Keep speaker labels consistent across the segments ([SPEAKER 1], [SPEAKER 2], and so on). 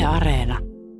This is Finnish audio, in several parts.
[SPEAKER 1] Areena.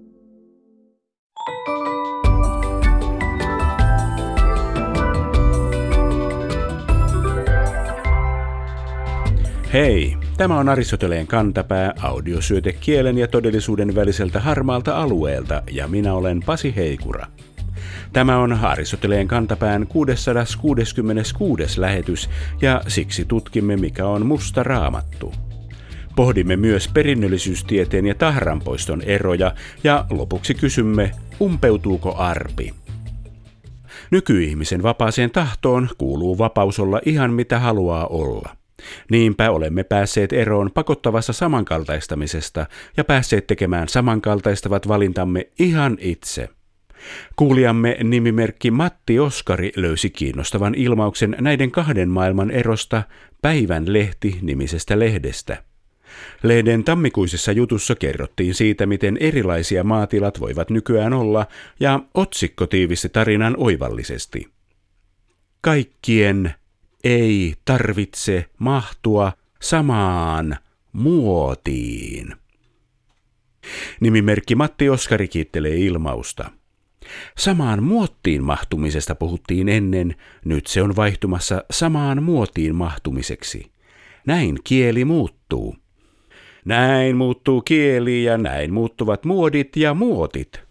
[SPEAKER 2] Hei, tämä on Aristoteleen kantapää, audiosyöte kielen ja todellisuuden väliseltä harmaalta alueelta, ja minä olen Pasi Heikura. Tämä on Aristoteleen kantapään 666. lähetys, ja siksi tutkimme, mikä on musta raamattu. Pohdimme myös perinnöllisyystieteen ja tahranpoiston eroja, ja lopuksi kysymme, umpeutuuko arpi? Nykyihmisen vapaaseen tahtoon kuuluu vapaus olla ihan mitä haluaa olla. Niinpä olemme päässeet eroon pakottavassa samankaltaistamisesta ja päässeet tekemään samankaltaistavat valintamme ihan itse. Kuulijamme nimimerkki Matti Oskari löysi kiinnostavan ilmauksen näiden kahden maailman erosta Päivän lehti-nimisestä lehdestä. Lehden tammikuisessa jutussa kerrottiin siitä, miten erilaisia maatilat voivat nykyään olla, ja otsikko tiivisti tarinan oivallisesti. Kaikkien ei tarvitse mahtua samaan muotiin. Nimimerkki Matti Oskari kiittelee ilmausta. Samaan muottiin mahtumisesta puhuttiin ennen, nyt se on vaihtumassa samaan muotiin mahtumiseksi. Näin kieli muuttuu. Näin muuttuu kieli ja näin muuttuvat muodit ja muotit.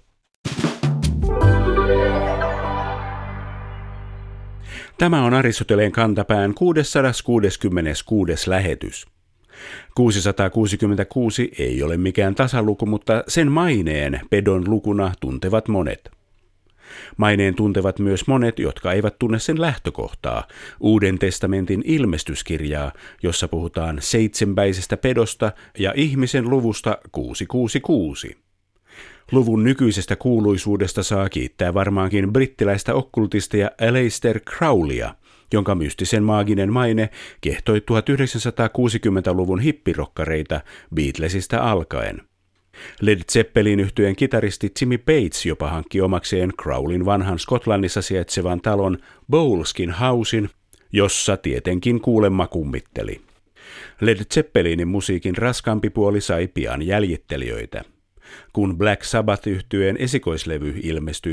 [SPEAKER 2] Tämä on Aristoteleen kantapään 666. lähetys. 666 ei ole mikään tasaluku, mutta sen maineen pedon lukuna tuntevat monet. Maineen tuntevat myös monet, jotka eivät tunne sen lähtökohtaa, Uuden testamentin ilmestyskirjaa, jossa puhutaan seitsempäisestä pedosta ja ihmisen luvusta 666. Luvun nykyisestä kuuluisuudesta saa kiittää varmaankin brittiläistä okkultistia Aleister Crowleya, jonka mystisen maaginen maine kiehtoi 1960-luvun hippirokkareita Beatlesista alkaen. Led Zeppelin -yhtyeen kitaristi Jimmy Page jopa hankki omakseen Crowleyn vanhan Skotlannissa sijaitsevan talon Bowleskin Housen, jossa tietenkin kuulemma kummitteli. Led Zeppelinin musiikin raskaampi puoli sai pian jäljittelijöitä. Kun Black Sabbath-yhtyeen esikoislevy ilmestyi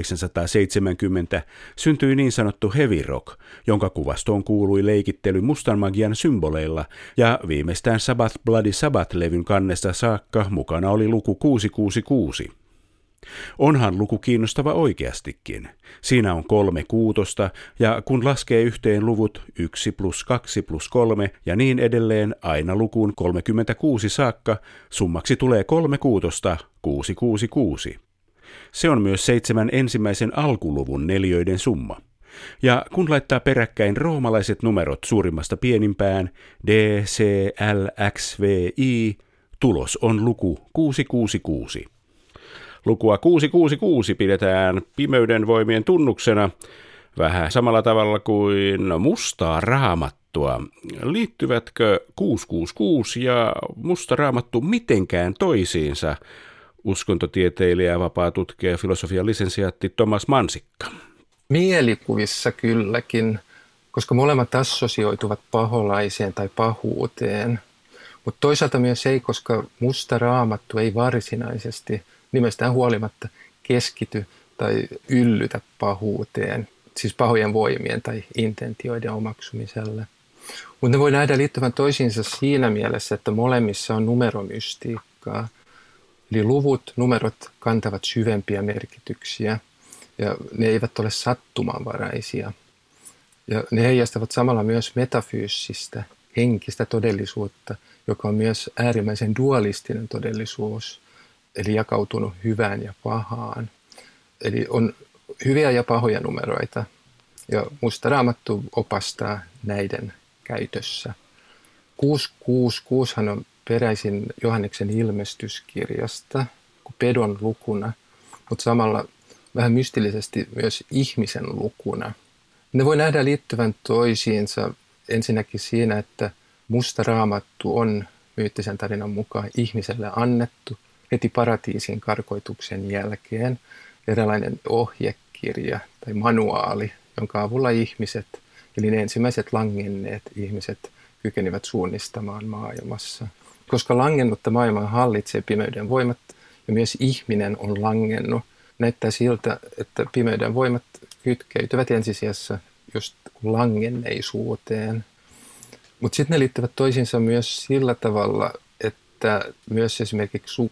[SPEAKER 2] 1970, syntyi niin sanottu heavy rock, jonka kuvastoon kuului leikittely mustan magian symboleilla, ja viimeistään Sabbath Bloody Sabbath-levyn kannesta saakka mukana oli luku 666. Onhan luku kiinnostava oikeastikin. Siinä on 3 kuutosta, ja kun laskee yhteen luvut 1 + 2 + 3 ja niin edelleen aina lukuun 36 saakka, summaksi tulee 3 kuutosta 666. Se on myös 7 ensimmäisen alkuluvun neliöiden summa. Ja kun laittaa peräkkäin roomalaiset numerot suurimmasta pienimpään, D, C, L, X, V, I, tulos on luku 666. Lukua 666 pidetään pimeyden voimien tunnuksena, vähän samalla tavalla kuin mustaa raamattua. Liittyvätkö 666 ja musta raamattu mitenkään toisiinsa? Uskontotieteilijä ja vapaa-tutkija filosofian lisensiaatti Thomas Mansikka.
[SPEAKER 3] Mielikuvissa kylläkin, koska molemmat assosioituvat paholaiseen tai pahuuteen. Mutta toisaalta myös ei, koska musta raamattu ei varsinaisesti nimestään huolimatta keskity tai yllytä pahuuteen, siis pahojen voimien tai intentioiden omaksumiselle. Mutta ne voi nähdä liittyvän toisiinsa siinä mielessä, että molemmissa on numeromystiikkaa. Eli luvut, numerot kantavat syvempiä merkityksiä ja ne eivät ole sattumanvaraisia. Ja ne heijastavat samalla myös metafyysistä, henkistä todellisuutta, joka on myös äärimmäisen dualistinen todellisuus, eli jakautunut hyvään ja pahaan. Eli on hyviä ja pahoja numeroita, ja musta raamattu opastaa näiden käytössä. 666 on peräisin Johanneksen ilmestyskirjasta pedon lukuna, mutta samalla vähän mystillisesti myös ihmisen lukuna. Ne voi nähdä liittyvän toisiinsa ensinnäkin siinä, että musta raamattu on myyttisen tarinan mukaan ihmiselle annettu heti paratiisin karkoituksen jälkeen, eräänlainen ohjekirja tai manuaali, jonka avulla ihmiset, eli ne ensimmäiset langenneet ihmiset, kykenivät suunnistamaan maailmassa. Koska langennutta maailmaa hallitsee pimeyden voimat, ja myös ihminen on langennut. Näyttää siltä, että pimeyden voimat kytkeytyvät ensisijassa just langenneisuuteen. Mutta sitten ne liittyvät toisiinsa myös sillä tavalla, että myös esimerkiksi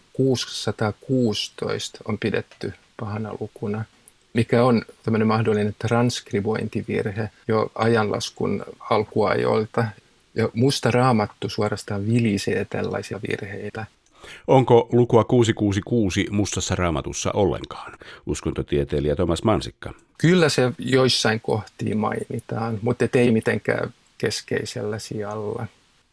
[SPEAKER 3] 616 on pidetty pahana lukuna, mikä on tämmöinen mahdollinen transkribointivirhe jo ajanlaskun alkuajoilta. Ja Musta Raamattu suorastaan vilisee tällaisia virheitä.
[SPEAKER 2] Onko lukua 666 Mustassa Raamatussa ollenkaan, uskontotieteilijä Thomas Mansikka?
[SPEAKER 3] Kyllä se joissain kohtiin mainitaan, mutta ei mitenkään keskeisellä sijalla.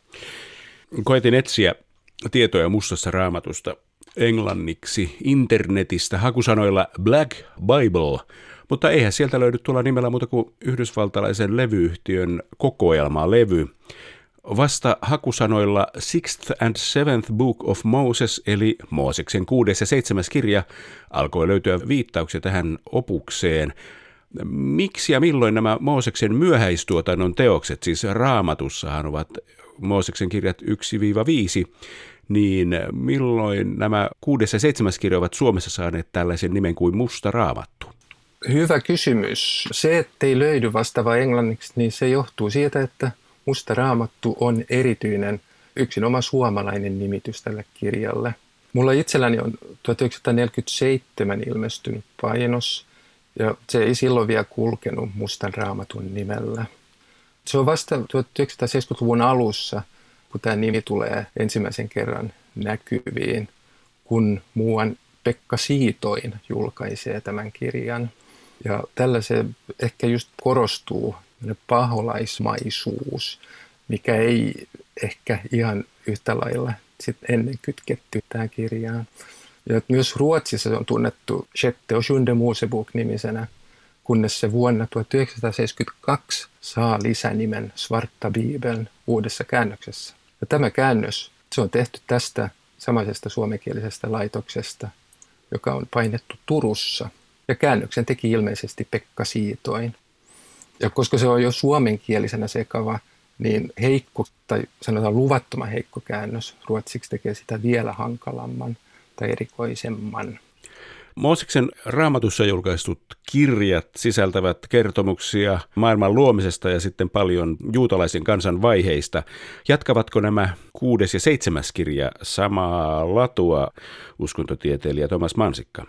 [SPEAKER 2] Koetin etsiä tietoja Mustassa Raamatusta englanniksi internetistä hakusanoilla Black Bible, mutta eihän sieltä löydy tuolla nimellä muuta kuin yhdysvaltalaisen levyyhtiön kokoelmalevy. Vasta hakusanoilla Sixth and Seventh Book of Moses, eli Mooseksen 6. ja 7. kirja, alkoi löytyä viittauksia tähän opukseen. Miksi ja milloin nämä Mooseksen myöhäistuotannon teokset, siis Raamatussahan ovat Mooseksen kirjat 1-5, niin milloin nämä 6. ja 7. kirja ovat Suomessa saaneet tällaisen nimen kuin Musta Raamattu?
[SPEAKER 3] Hyvä kysymys. Se, ettei löydy vastaavaa englanniksi, niin se johtuu siitä, että Musta Raamattu on erityinen yksinomaan suomalainen nimitys tälle kirjalle. Mulla itselläni on 1947 ilmestynyt painos, ja se ei silloin vielä kulkenut Mustan Raamatun nimellä. Se on vasta 1970-luvun alussa, kun tämä nimi tulee ensimmäisen kerran näkyviin, kun muuan Pekka Siitoin julkaisee tämän kirjan. Ja tällä se ehkä just korostuu paholaismaisuus, mikä ei ehkä ihan yhtä lailla sit ennen kytketty tähän kirjaan. Ja myös Ruotsissa se on tunnettu Sjätte och sjunde Mosebok-nimisenä, kunnes se vuonna 1972 saa lisänimen Svarta Bibeln uudessa käännöksessä. Ja tämä käännös, se on tehty tästä samaisesta suomenkielisestä laitoksesta, joka on painettu Turussa. Ja käännöksen teki ilmeisesti Pekka Siitoin. Ja koska se on jo suomenkielisenä sekava, niin heikko tai sanotaan luvattoman heikko käännös ruotsiksi tekee sitä vielä hankalamman tai erikoisemman.
[SPEAKER 2] Mooseksen Raamatussa julkaistut kirjat sisältävät kertomuksia maailman luomisesta ja sitten paljon juutalaisen kansan vaiheista. Jatkavatko nämä 6. ja 7. kirja samaa latua, uskontotieteilijä Thomas Mansikka?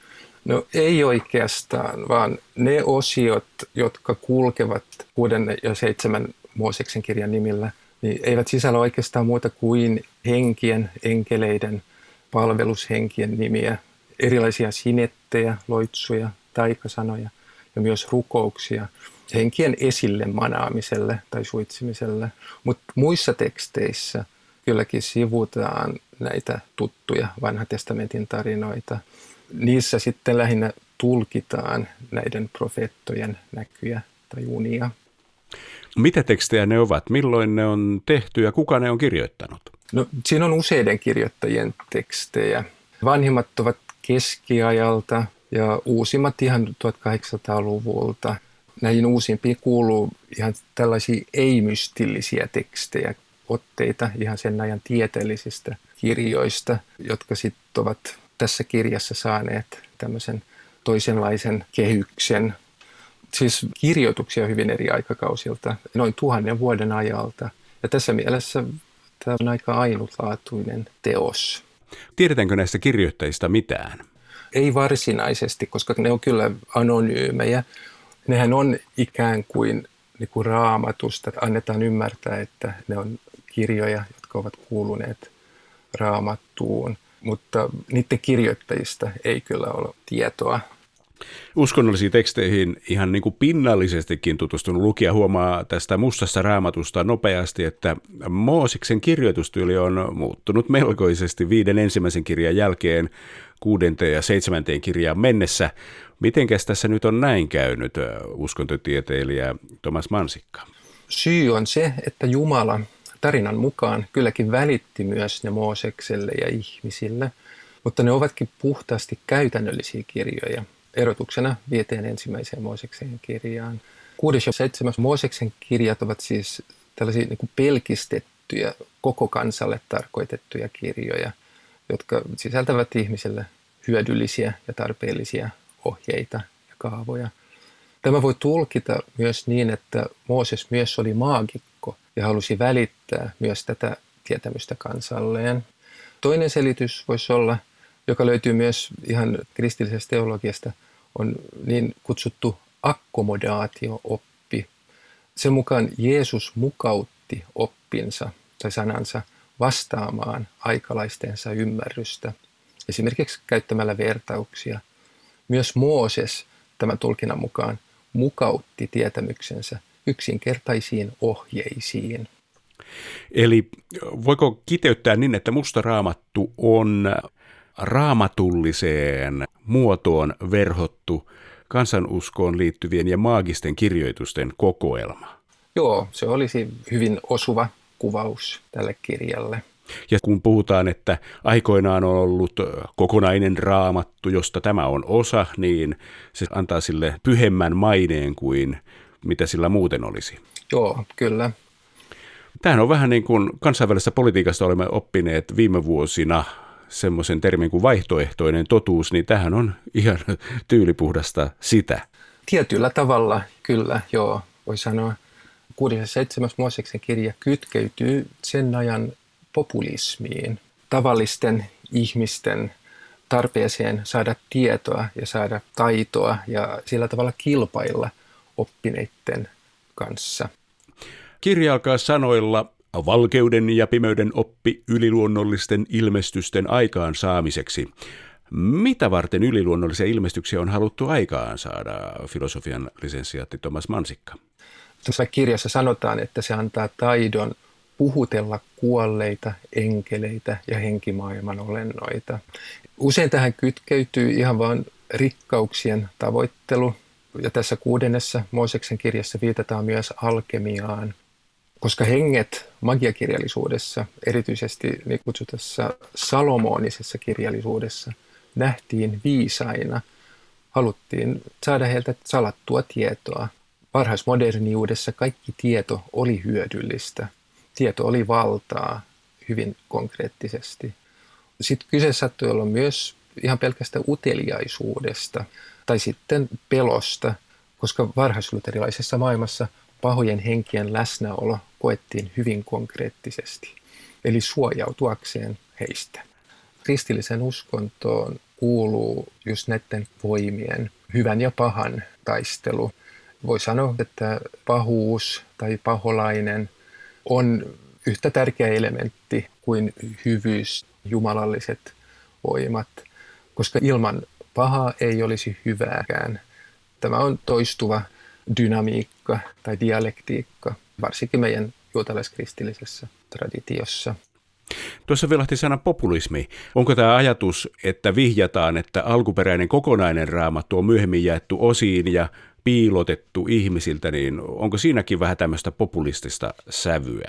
[SPEAKER 3] No ei oikeastaan, vaan ne osiot, jotka kulkevat 6. ja 7. Mooseksen kirjan nimillä, niin eivät sisällä oikeastaan muuta kuin henkien, enkeleiden, palvelushenkien nimiä, erilaisia sinettejä, loitsuja, taikasanoja ja myös rukouksia henkien esille manaamiselle tai suitsimiselle. Mutta muissa teksteissä kylläkin sivutaan näitä tuttuja vanhan testamentin tarinoita. Niissä sitten lähinnä tulkitaan näiden profeettojen näkyjä tai unia.
[SPEAKER 2] Mitä tekstejä ne ovat? Milloin ne on tehty ja kuka ne on kirjoittanut?
[SPEAKER 3] No, siinä on useiden kirjoittajien tekstejä. Vanhimmat ovat keskiajalta ja uusimmat ihan 1800-luvulta. Näihin uusimpiin kuuluu ihan tällaisia ei-mystillisiä tekstejä, otteita ihan sen ajan tieteellisistä kirjoista, jotka sitten ovat tässä kirjassa saaneet tämmöisen toisenlaisen kehyksen. Siis kirjoituksia hyvin eri aikakausilta, noin 1000 vuoden ajalta. Ja tässä mielessä tämä on aika ainutlaatuinen teos.
[SPEAKER 2] Tiedetäänkö näistä kirjoittajista mitään?
[SPEAKER 3] Ei varsinaisesti, koska ne on kyllä anonyymejä. Nehän on ikään kuin Raamatusta. Annetaan ymmärtää, että ne on kirjoja, jotka ovat kuuluneet Raamattuun. Mutta niiden kirjoittajista ei kyllä ole tietoa.
[SPEAKER 2] Uskonnollisiin teksteihin ihan niin kuin pinnallisestikin tutustunut lukija huomaa tästä Mustassa Raamatusta nopeasti, että Mooseksen kirjoitustyyli on muuttunut melkoisesti 5. ensimmäisen kirjan jälkeen 6. ja 7. kirjaan mennessä. Mitenkäs tässä nyt on näin käynyt, uskontotieteilijä Thomas Mansikka?
[SPEAKER 3] Syy on se, että Jumala tarinan mukaan kylläkin välitti myös ne Moosekselle ja ihmisille, mutta ne ovatkin puhtaasti käytännöllisiä kirjoja. Erotuksena 5. ensimmäiseen Mooseksen kirjaan. 6. ja 7. Mooseksen kirjat ovat siis tällaisia niin kuin pelkistettyjä, koko kansalle tarkoitettuja kirjoja. jotka sisältävät ihmiselle hyödyllisiä ja tarpeellisia ohjeita ja kaavoja. Tämä voi tulkita myös niin, että Mooses myös oli maagikko ja halusi välittää myös tätä tietämystä kansalleen. Toinen selitys voisi olla, joka löytyy myös ihan kristillisestä teologiasta, on niin kutsuttu akkomodaatio-oppi. Sen mukaan Jeesus mukautti oppinsa tai sanansa vastaamaan aikalaistensa ymmärrystä, esimerkiksi käyttämällä vertauksia. Myös Mooses tämän tulkinnan mukaan mukautti tietämyksensä yksinkertaisiin ohjeisiin.
[SPEAKER 2] Eli voiko kiteyttää niin, että Musta Raamattu on raamatulliseen muotoon verhottu kansanuskoon liittyvien ja maagisten kirjoitusten kokoelma?
[SPEAKER 3] Joo, se olisi hyvin osuva kuvaus tälle kirjalle.
[SPEAKER 2] Ja kun puhutaan, että aikoinaan on ollut kokonainen raamattu, josta tämä on osa, niin se antaa sille pyhemmän maineen kuin mitä sillä muuten olisi.
[SPEAKER 3] Joo, kyllä.
[SPEAKER 2] Tämähän on vähän niin kuin kansainvälisestä politiikasta olemme oppineet viime vuosina semmoisen termin kuin vaihtoehtoinen totuus, niin tämähän on ihan tyylipuhdasta sitä.
[SPEAKER 3] Tietyllä tavalla kyllä, joo, voi sanoa. 6. ja 7. Mooseksen kirja kytkeytyy sen ajan populismiin, tavallisten ihmisten tarpeeseen saada tietoa ja saada taitoa ja sillä tavalla kilpailla oppineiden kanssa.
[SPEAKER 2] Kirja alkaa sanoilla valkeuden ja pimeyden oppi yliluonnollisten ilmestysten aikaansaamiseksi. Mitä varten yliluonnollisia ilmestyksiä on haluttu aikaansaada, filosofian lisensiaatti Thomas Mansikka?
[SPEAKER 3] Tässä kirjassa sanotaan, että se antaa taidon puhutella kuolleita, enkeleitä ja henkimaailman olennoita. Usein tähän kytkeytyy ihan vain rikkauksien tavoittelu. Ja tässä 6. Mooseksen kirjassa viitataan myös alkemiaan, koska henget magiakirjallisuudessa, erityisesti niin kutsutassa salomonisessa kirjallisuudessa, nähtiin viisaina. Haluttiin saada heiltä salattua tietoa. Varhaismoderniudessa kaikki tieto oli hyödyllistä. Tieto oli valtaa hyvin konkreettisesti. Sitten kyse saattoi olla myös ihan pelkästä uteliaisuudesta tai sitten pelosta, koska varhaisluterilaisessa maailmassa pahojen henkien läsnäolo koettiin hyvin konkreettisesti, eli suojautuakseen heistä. Kristilliseen uskontoon kuuluu just näiden voimien, hyvän ja pahan taistelu. Voi sanoa, että pahuus tai paholainen on yhtä tärkeä elementti kuin hyvyys, jumalalliset voimat, koska ilman pahaa ei olisi hyvääkään. Tämä on toistuva dynamiikka tai dialektiikka, varsinkin meidän juutalaiskristillisessä traditiossa.
[SPEAKER 2] Tuossa vilahti sana populismi. Onko tämä ajatus, että vihjataan, että alkuperäinen kokonainen raamattu on myöhemmin jaettu osiin ja piilotettu ihmisiltä, niin onko siinäkin vähän tämmöistä populistista sävyä?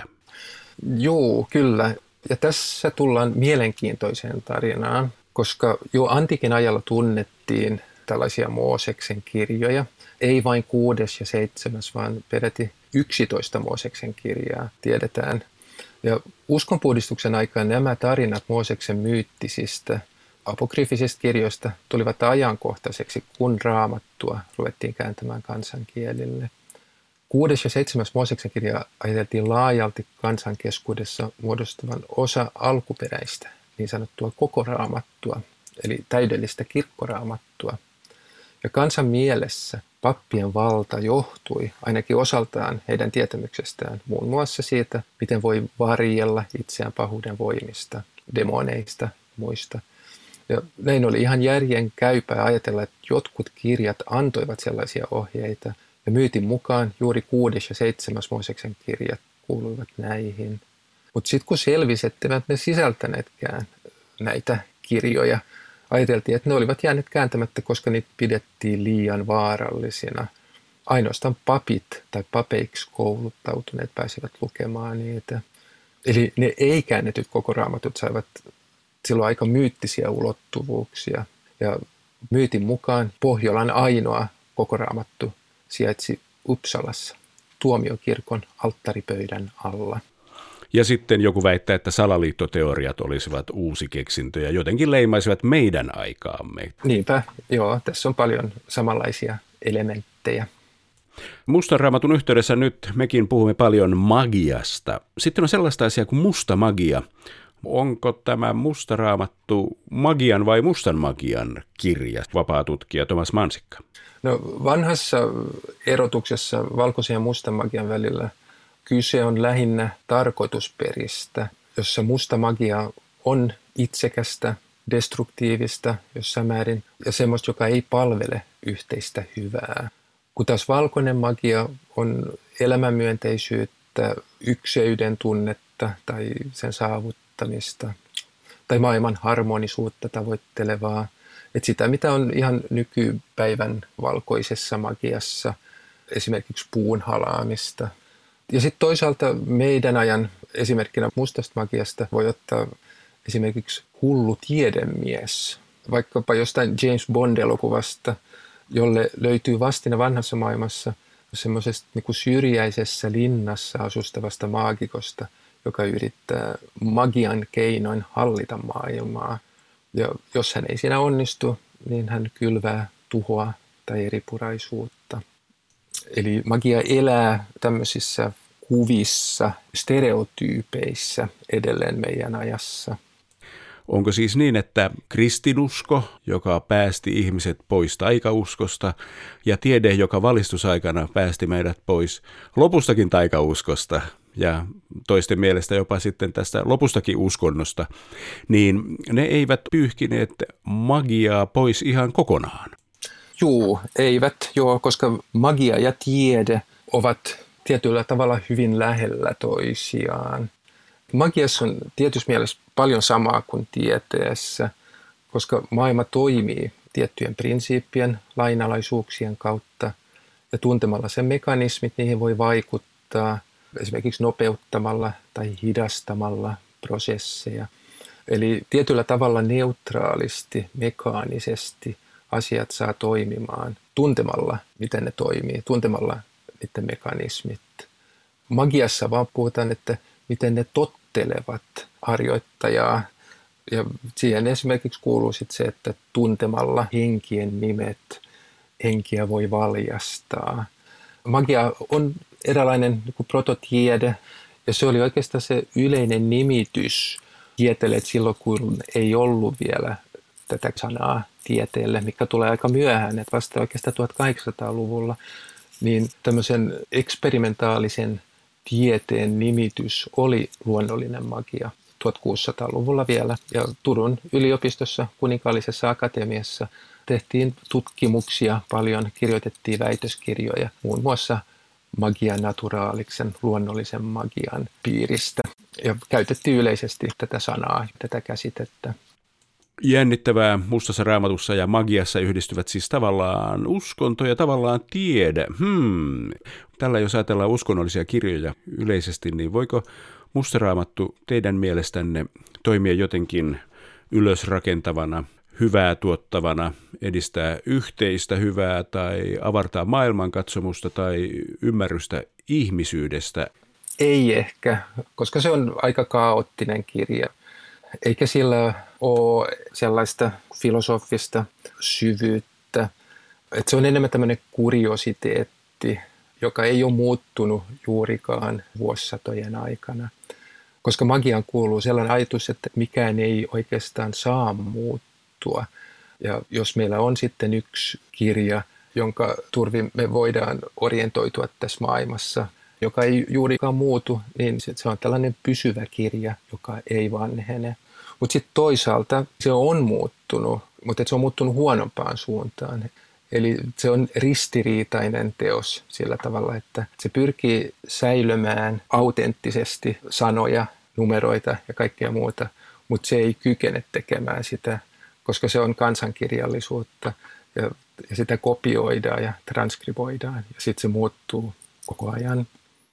[SPEAKER 3] Joo, kyllä. Ja tässä tullaan mielenkiintoiseen tarinaan, koska jo antiikin ajalla tunnettiin tällaisia Mooseksen kirjoja. Ei vain 6. ja 7., vaan peräti 11 Mooseksen kirjaa tiedetään. Ja uskonpuhdistuksen aikaan nämä tarinat Mooseksen myyttisistä apokryfisistä kirjoista tulivat ajankohtaiseksi, kun raamattua ruvettiin kääntämään kansankielille. 6. ja 7. Mooseksen kirja ajateltiin laajalti kansan keskuudessa muodostuvan osa alkuperäistä, niin sanottua koko raamattua, eli täydellistä kirkkoraamattua. Ja kansan mielessä pappien valta johtui ainakin osaltaan heidän tietämyksestään, muun muassa siitä, miten voi varjella itseään pahuuden voimista, demoneista, muista. Ja näin oli ihan järjen käypää ajatella, että jotkut kirjat antoivat sellaisia ohjeita, ja myytin mukaan juuri 6. ja 7. Mooseksen kirjat kuuluivat näihin. Mutta sitten kun selvisi, etteivät ne sisältäneetkään näitä kirjoja, ajateltiin, että ne olivat jääneet kääntämättä, koska niitä pidettiin liian vaarallisina. Ainoastaan papit tai papeiksi kouluttautuneet pääsivät lukemaan niitä. Eli ne ei-käännetyt koko raamatut saivat silloin aika myyttisiä ulottuvuuksia. Ja myytin mukaan Pohjolan ainoa koko raamattu sijaitsi Uppsalassa tuomiokirkon alttaripöydän alla.
[SPEAKER 2] Ja sitten joku väittää, että salaliittoteoriat olisivat uusi keksintö ja jotenkin leimaisivat meidän aikaamme.
[SPEAKER 3] Niinpä, joo, tässä on paljon samanlaisia elementtejä.
[SPEAKER 2] Mustan raamatun yhteydessä nyt mekin puhumme paljon magiasta. Sitten on sellaista asiaa kuin musta magia. Onko tämä musta raamattu magian vai mustan magian kirja, vapaatutkija Tomas Mansikka?
[SPEAKER 3] No, vanhassa erotuksessa valkoisen ja mustan magian välillä kyse on lähinnä tarkoitusperistä, jossa musta magia on itsekästä, destruktiivista jossain määrin ja semmoista, joka ei palvele yhteistä hyvää. Kun taas valkoinen magia on elämänmyönteisyyttä, ykseyden tunnetta tai sen saavuttamista tai maailman harmonisuutta tavoittelevaa. Että sitä, mitä on ihan nykypäivän valkoisessa magiassa, esimerkiksi puun halaamista. Ja sitten toisaalta meidän ajan esimerkkinä mustasta magiasta voi ottaa esimerkiksi hullu tiedemies, vaikkapa jostain James Bond-elokuvasta, jolle löytyy vastine vanhassa maailmassa semmoisesta niin kuin syrjäisessä linnassa asustavasta maagikosta, joka yrittää magian keinoin hallita maailmaa. Ja jos hän ei siinä onnistu, niin hän kylvää tuhoa tai eripuraisuutta. Eli magia elää tämmöisissä kuvissa, stereotyypeissä edelleen meidän ajassa.
[SPEAKER 2] Onko siis niin, että kristinusko, joka päästi ihmiset pois taikauskosta, ja tiede, joka valistusaikana päästi meidät pois lopustakin taikauskosta, ja toisten mielestä jopa sitten tästä lopustakin uskonnosta, niin ne eivät pyyhkineet magiaa pois ihan kokonaan?
[SPEAKER 3] Juu, eivät, koska magia ja tiede ovat tietyllä tavalla hyvin lähellä toisiaan. Magiassa on tietyssä mielessä paljon samaa kuin tieteessä, koska maailma toimii tiettyjen prinsiippien, lainalaisuuksien kautta ja tuntemalla sen mekanismit, niihin voi vaikuttaa esimerkiksi nopeuttamalla tai hidastamalla prosesseja. Eli tietyllä tavalla neutraalisti, mekaanisesti asiat saa toimimaan tuntemalla, miten ne toimii, tuntemalla niiden mekanismit. Magiassa vaan puhutaan, että miten ne tottelevat harjoittajaa. Ja siihen esimerkiksi kuuluu sitten se, että tuntemalla henkien nimet henkiä voi valjastaa. Magia on eräänlainen niin kuin prototiede, ja se oli oikeastaan se yleinen nimitys tieteelle, että silloin kun ei ollut vielä tätä sanaa tieteelle, mikä tulee aika myöhään, että vasta oikeastaan 1800-luvulla, niin tämmöisen eksperimentaalisen tieteen nimitys oli luonnollinen magia 1600-luvulla vielä. Ja Turun yliopistossa, Kuninkaallisessa akatemiassa, tehtiin tutkimuksia paljon, kirjoitettiin väitöskirjoja muun muassa magia naturaaliksen, luonnollisen magian piiristä. Ja käytettiin yleisesti tätä sanaa, tätä käsitettä.
[SPEAKER 2] Jännittävää mustassa raamatussa ja magiassa yhdistyvät siis tavallaan uskonto ja tavallaan tiede. Tällä jos ajatellaan uskonnollisia kirjoja yleisesti, niin voiko musta raamattu teidän mielestänne toimia jotenkin ylösrakentavana, hyvää tuottavana, edistää yhteistä hyvää tai avartaa maailmankatsomusta tai ymmärrystä ihmisyydestä?
[SPEAKER 3] Ei ehkä, koska se on aika kaoottinen kirja. Eikä sillä ole sellaista filosofista syvyyttä. Että se on enemmän tämmöinen kuriositeetti, joka ei ole muuttunut juurikaan vuosisatojen aikana. Koska magiaan kuuluu sellainen ajatus, että mikään ei oikeastaan saa muuttua. Ja jos meillä on sitten yksi kirja, jonka turvin me voidaan orientoitua tässä maailmassa, joka ei juurikaan muutu, niin se on tällainen pysyvä kirja, joka ei vanhene. Mutta sitten toisaalta se on muuttunut, mutta se on muuttunut huonompaan suuntaan. Eli se on ristiriitainen teos sillä tavalla, että se pyrkii säilymään autenttisesti sanoja, numeroita ja kaikkea muuta, mutta se ei kykene tekemään sitä, koska se on kansankirjallisuutta ja sitä kopioidaan ja transkriboidaan ja sitten se muuttuu koko ajan.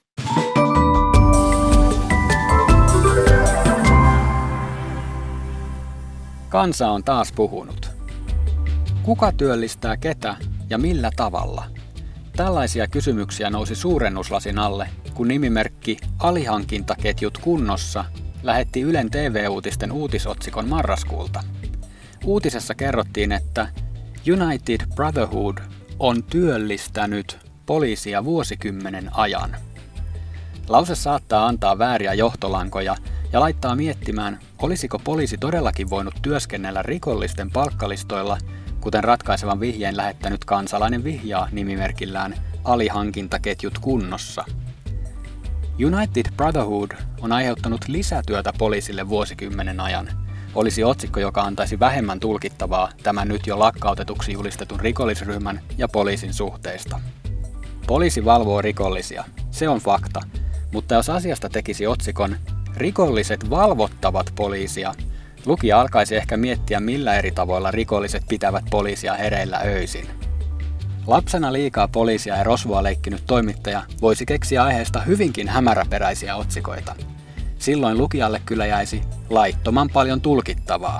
[SPEAKER 1] Kansa on taas puhunut. Kuka työllistää ketä ja millä tavalla? Tällaisia kysymyksiä nousi suurennuslasin alle, kun nimimerkki Alihankintaketjut kunnossa lähetti Ylen TV-uutisten uutisotsikon marraskuulta. Uutisessa kerrottiin, että United Brotherhood on työllistänyt poliisia vuosikymmenen ajan. Lause saattaa antaa vääriä johtolankoja ja laittaa miettimään, olisiko poliisi todellakin voinut työskennellä rikollisten palkkalistoilla, kuten ratkaisevan vihjeen lähettänyt kansalainen vihjaa nimimerkillään Alihankintaketjut kunnossa. United Brotherhood on aiheuttanut lisätyötä poliisille vuosikymmenen ajan. Olisi otsikko, joka antaisi vähemmän tulkittavaa tämän nyt jo lakkautetuksi julistetun rikollisryhmän ja poliisin suhteista. Poliisi valvoo rikollisia, se on fakta, mutta jos asiasta tekisi otsikon Rikolliset valvottavat poliisia, lukija alkaisi ehkä miettiä, millä eri tavoilla rikolliset pitävät poliisia hereillä öisin. Lapsena liikaa poliisia ja rosvoa leikkinyt toimittaja voisi keksiä aiheesta hyvinkin hämäräperäisiä otsikoita. Silloin lukijalle kyllä jäisi laittoman paljon tulkittavaa.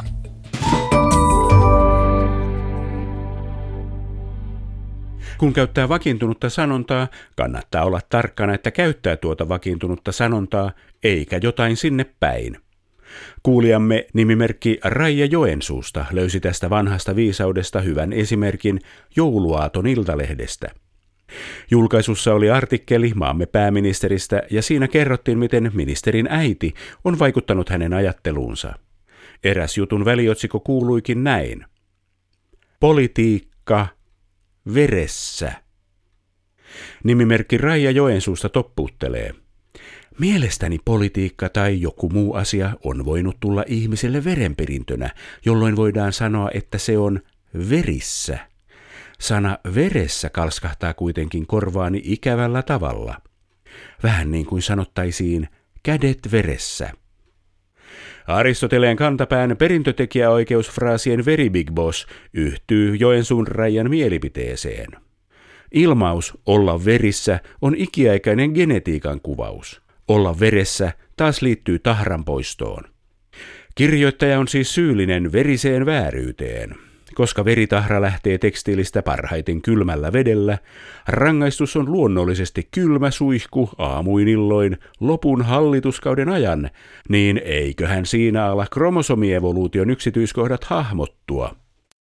[SPEAKER 2] Kun käyttää vakiintunutta sanontaa, kannattaa olla tarkkana, että käyttää tuota vakiintunutta sanontaa, eikä jotain sinne päin. Kuulijamme nimimerkki Raija Joensuusta löysi tästä vanhasta viisaudesta hyvän esimerkin Jouluaaton Iltalehdestä. Julkaisussa oli artikkeli maamme pääministeristä ja siinä kerrottiin, miten ministerin äiti on vaikuttanut hänen ajatteluunsa. Eräs jutun väliotsikko kuuluikin näin. Politiikka veressä. Nimimerkki Raija Joensuusta toppuuttelee. Mielestäni politiikka tai joku muu asia on voinut tulla ihmiselle verenperintönä, jolloin voidaan sanoa, että se on verissä. Sana veressä kalskahtaa kuitenkin korvaani ikävällä tavalla. Vähän niin kuin sanottaisiin kädet veressä. Aristoteleen kantapään perintötekijäoikeusfraasien very big boss yhtyy Joensuun Raijan mielipiteeseen. Ilmaus olla verissä on ikiaikainen genetiikan kuvaus. Olla veressä taas liittyy tahran poistoon. Kirjoittaja on siis syyllinen veriseen vääryyteen. Koska veritahra lähtee tekstiilistä parhaiten kylmällä vedellä, rangaistus on luonnollisesti kylmä suihku aamuin illoin lopun hallituskauden ajan, niin eiköhän siinä ala kromosomievoluution yksityiskohdat hahmottua.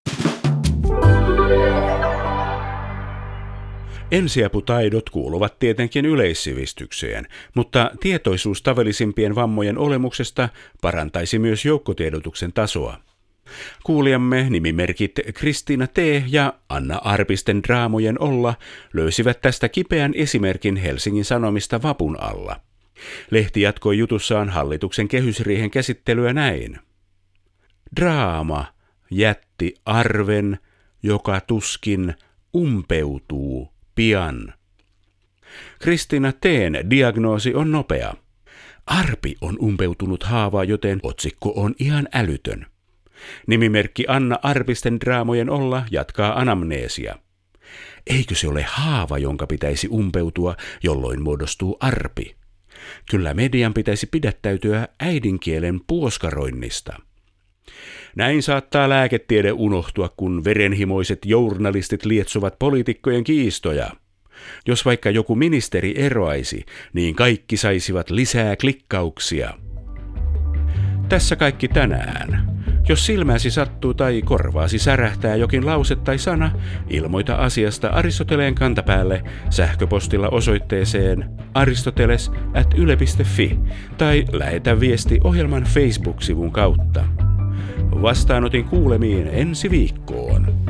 [SPEAKER 2] Ensiaputaidot kuuluvat tietenkin yleissivistykseen, mutta tietoisuus tavallisimpien vammojen olemuksesta parantaisi myös joukkotiedotuksen tasoa. Kuulijamme nimimerkit Kristiina T. ja Anna Arpisten draamojen olla löysivät tästä kipeän esimerkin Helsingin Sanomista vapun alla. Lehti jatkoi jutussaan hallituksen kehysriihen käsittelyä näin. Draama jätti arven, joka tuskin umpeutuu pian. Kristiina T.'n diagnoosi on nopea. Arpi on umpeutunut haava, joten otsikko on ihan älytön. Nimimerkki Anna Arpisten draamojen olla jatkaa anamneesia. Eikö se ole haava, jonka pitäisi umpeutua, jolloin muodostuu arpi? Kyllä median pitäisi pidättäytyä äidinkielen puoskaroinnista. Näin saattaa lääketiede unohtua, kun verenhimoiset journalistit lietsovat poliitikkojen kiistoja. Jos vaikka joku ministeri eroaisi, niin kaikki saisivat lisää klikkauksia. Tässä kaikki tänään. Jos silmäsi sattuu tai korvaasi särähtää jokin lause tai sana, ilmoita asiasta Aristoteleen kantapäälle sähköpostilla osoitteeseen aristoteles@yle.fi tai lähetä viesti ohjelman Facebook-sivun kautta. Vastaanotin kuulemiin ensi viikkoon.